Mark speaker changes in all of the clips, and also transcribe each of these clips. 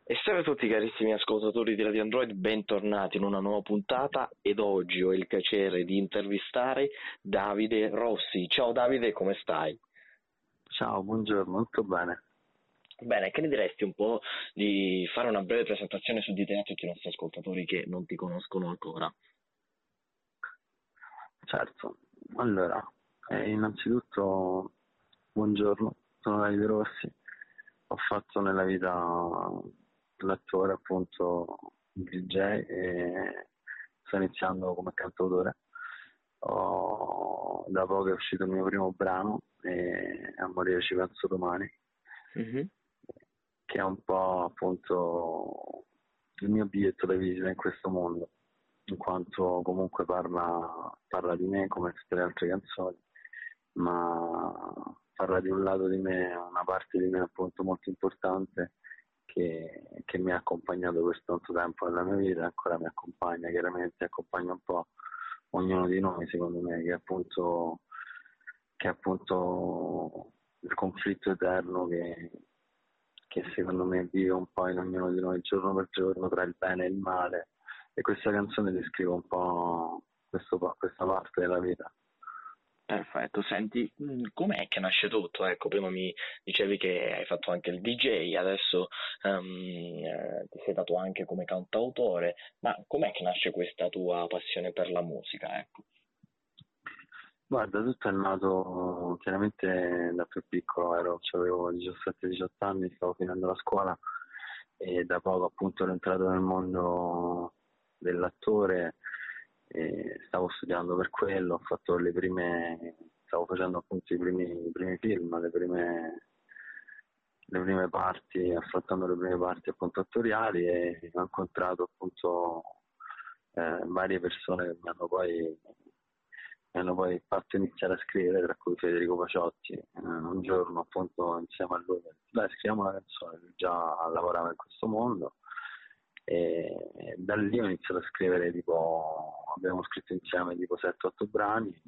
Speaker 1: E salve a tutti carissimi ascoltatori di Radio Android, bentornati in una nuova puntata ed oggi ho il piacere di intervistare Davide Rossi. Ciao Davide, come stai?
Speaker 2: Ciao, buongiorno, tutto bene?
Speaker 1: Bene, che ne diresti un po' di fare una breve presentazione su di te a tutti i nostri ascoltatori che non ti conoscono ancora?
Speaker 2: Certo, allora, innanzitutto buongiorno, sono Davide Rossi, ho fatto nella vita l'attore, appunto, DJ e sto iniziando come cantautore. Da poco è uscito il mio primo brano, e A morire ci penso domani,
Speaker 1: Mhm.
Speaker 2: che è un po' appunto il mio biglietto da visita in questo mondo, in quanto comunque parla di me come tutte le altre canzoni, ma parla di un lato di me, una parte di me appunto molto importante che mi ha accompagnato per tanto tempo nella mia vita e ancora mi accompagna, chiaramente accompagna un po' ognuno di noi, secondo me, che è appunto il conflitto eterno che secondo me vive un po' in ognuno di noi giorno per giorno tra il bene e il male, e questa canzone descrive un po' questa parte della vita.
Speaker 1: Perfetto, senti, com'è che nasce tutto? Ecco, prima mi dicevi che hai fatto anche il DJ, adesso ti sei dato anche come cantautore, ma com'è che nasce questa tua passione per la musica? Ecco.
Speaker 2: Guarda, tutto è nato chiaramente da più piccolo, avevo 17-18 anni, stavo finendo la scuola e da poco appunto ero entrato nel mondo dell'attore e stavo studiando per quello, stavo facendo appunto i primi film, le prime parti, affrontando le prime parti appunto attoriali, e ho incontrato appunto varie persone che mi hanno poi fatto iniziare a scrivere, tra cui Federico Paciotti. Un giorno appunto insieme a lui, dai, scriviamo una canzone, lui già lavorava in questo mondo, e da lì ho iniziato a scrivere, tipo, abbiamo scritto insieme tipo 7-8 brani.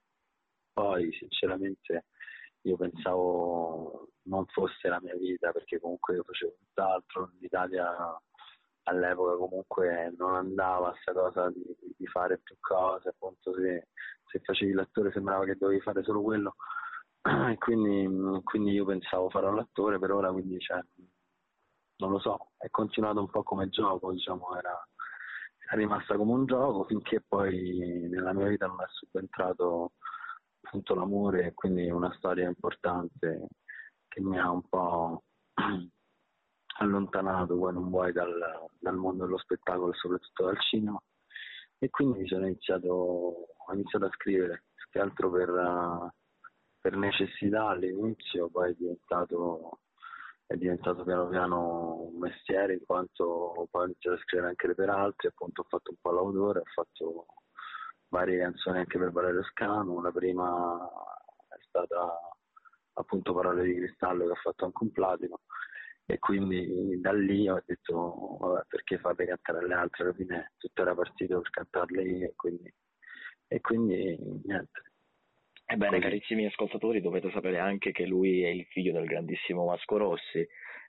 Speaker 2: Poi sinceramente io pensavo non fosse la mia vita, perché comunque io facevo tutt'altro, l'Italia all'epoca comunque non andava a sta cosa di fare più cose, appunto se facevi l'attore sembrava che dovevi fare solo quello, e quindi io pensavo farò l'attore per ora, quindi cioè, non lo so, è continuato un po' come gioco, diciamo, è rimasta come un gioco finché poi nella mia vita non è subentrato appunto l'amore, e quindi una storia importante che mi ha un po' allontanato, vuoi non vuoi, dal mondo dello spettacolo e soprattutto dal cinema, e quindi ho iniziato a scrivere, più che altro per necessità all'inizio, poi è diventato piano piano un mestiere, in quanto poi ho iniziato a scrivere anche per altri, appunto ho fatto un po' l'autore, ho fatto varie canzoni anche per Valerio Scanu. La prima è stata appunto Parole di cristallo, che ha fatto anche un platino, e quindi da lì ho detto vabbè, perché farle cantare alle altre, alla fine tutto era partito per cantarle io, e quindi niente,
Speaker 1: Ebbene,
Speaker 2: così.
Speaker 1: carissimi ascoltatori, dovete sapere anche che lui è il figlio del grandissimo Vasco Rossi.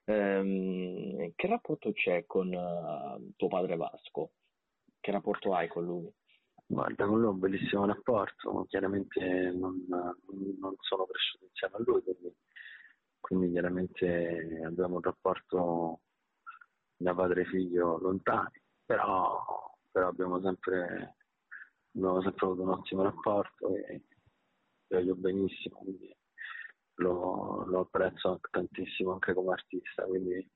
Speaker 1: Che rapporto c'è con tuo padre Vasco? Che rapporto hai con lui?
Speaker 2: Guarda, con lui ho un bellissimo rapporto, chiaramente non sono cresciuto insieme a lui, quindi chiaramente abbiamo un rapporto da padre-figlio lontani, però abbiamo sempre avuto un ottimo rapporto, e lo voglio benissimo, quindi lo apprezzo tantissimo anche come artista,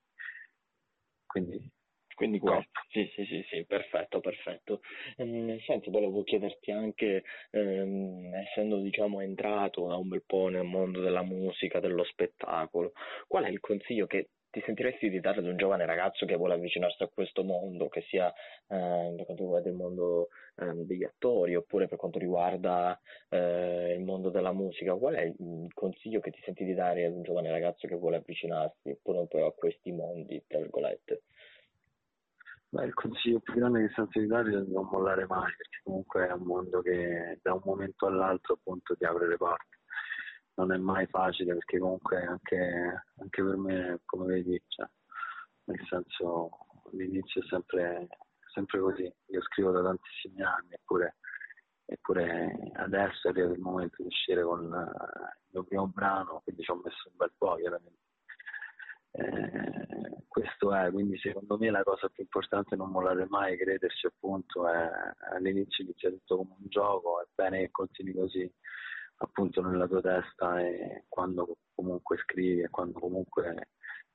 Speaker 2: quindi
Speaker 1: Quindi
Speaker 2: top.
Speaker 1: questo, sì, sì, sì, sì, perfetto, perfetto. Senti, volevo chiederti anche, essendo diciamo entrato da un bel po' nel mondo della musica, dello spettacolo, qual è il consiglio che ti sentiresti di dare ad un giovane ragazzo che vuole avvicinarsi a questo mondo, che sia per quanto riguarda il mondo degli attori oppure per quanto riguarda il mondo della musica? Qual è il consiglio che ti senti di dare ad un giovane ragazzo che vuole avvicinarsi proprio a questi mondi, tra virgolette?
Speaker 2: Beh, il consiglio più grande che sento di dare è di non mollare mai, perché comunque è un mondo che da un momento all'altro appunto ti apre le porte. Non è mai facile, perché comunque anche per me, come vedi, cioè, nel senso, l'inizio è sempre così. Io scrivo da tantissimi anni, eppure adesso è arrivato il momento di uscire con il mio primo brano, quindi ci ho messo un bel po', chiaramente. Questo è, quindi secondo me la cosa più importante è non mollare mai, crederci, appunto, all'inizio inizia tutto come un gioco, è bene che continui così, appunto, nella tua testa, e quando comunque scrivi e quando comunque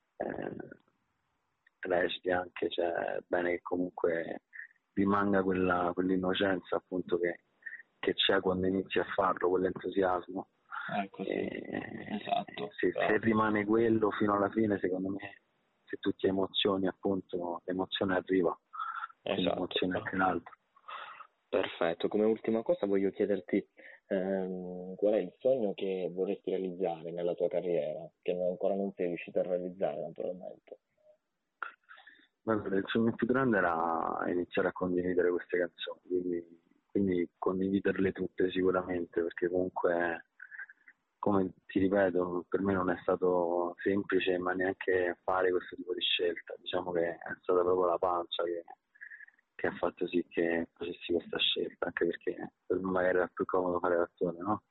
Speaker 2: reciti anche, cioè è bene che comunque rimanga quell'innocenza, appunto, che c'è quando inizi a farlo, quell'entusiasmo.
Speaker 1: Ecco, sì. Esatto,
Speaker 2: Se rimane quello fino alla fine, secondo me, se tu ti emozioni, appunto, l'emozione arriva,
Speaker 1: esatto.
Speaker 2: l'emozione anche l'altro.
Speaker 1: Perfetto, come ultima cosa voglio chiederti qual è il sogno che vorresti realizzare nella tua carriera, che ancora non sei riuscito a realizzare, naturalmente.
Speaker 2: Guarda, il sogno più grande era iniziare a condividere queste canzoni, quindi condividerle tutte sicuramente, perché comunque, come ti ripeto, per me non è stato semplice, ma neanche fare questo tipo di scelta. Diciamo che è stata proprio la pancia che ha fatto sì che facessi questa scelta, anche perché per me magari era più comodo fare l'attore, no?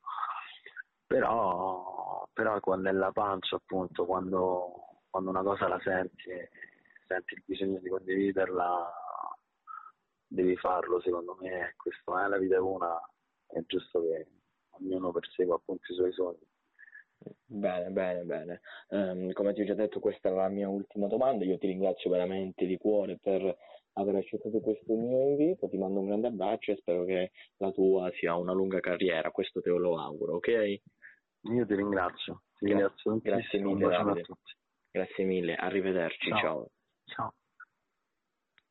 Speaker 2: Però quando è la pancia, appunto, quando una cosa la senti il bisogno di condividerla, devi farlo, secondo me. Questo è, la vita è una, è giusto che ognuno persegua, appunto, i suoi sogni.
Speaker 1: Bene, bene, bene. Come ti ho già detto, questa è la mia ultima domanda. Io ti ringrazio veramente di cuore per aver accettato questo mio invito. Ti mando un grande abbraccio e spero che la tua sia una lunga carriera. Questo te lo auguro, ok?
Speaker 2: Io ti ringrazio
Speaker 1: Grazie
Speaker 2: tantissimo,
Speaker 1: mille,
Speaker 2: un bacione a
Speaker 1: Davide.
Speaker 2: tutti.
Speaker 1: Grazie mille, arrivederci,
Speaker 2: Ciao.
Speaker 1: ciao.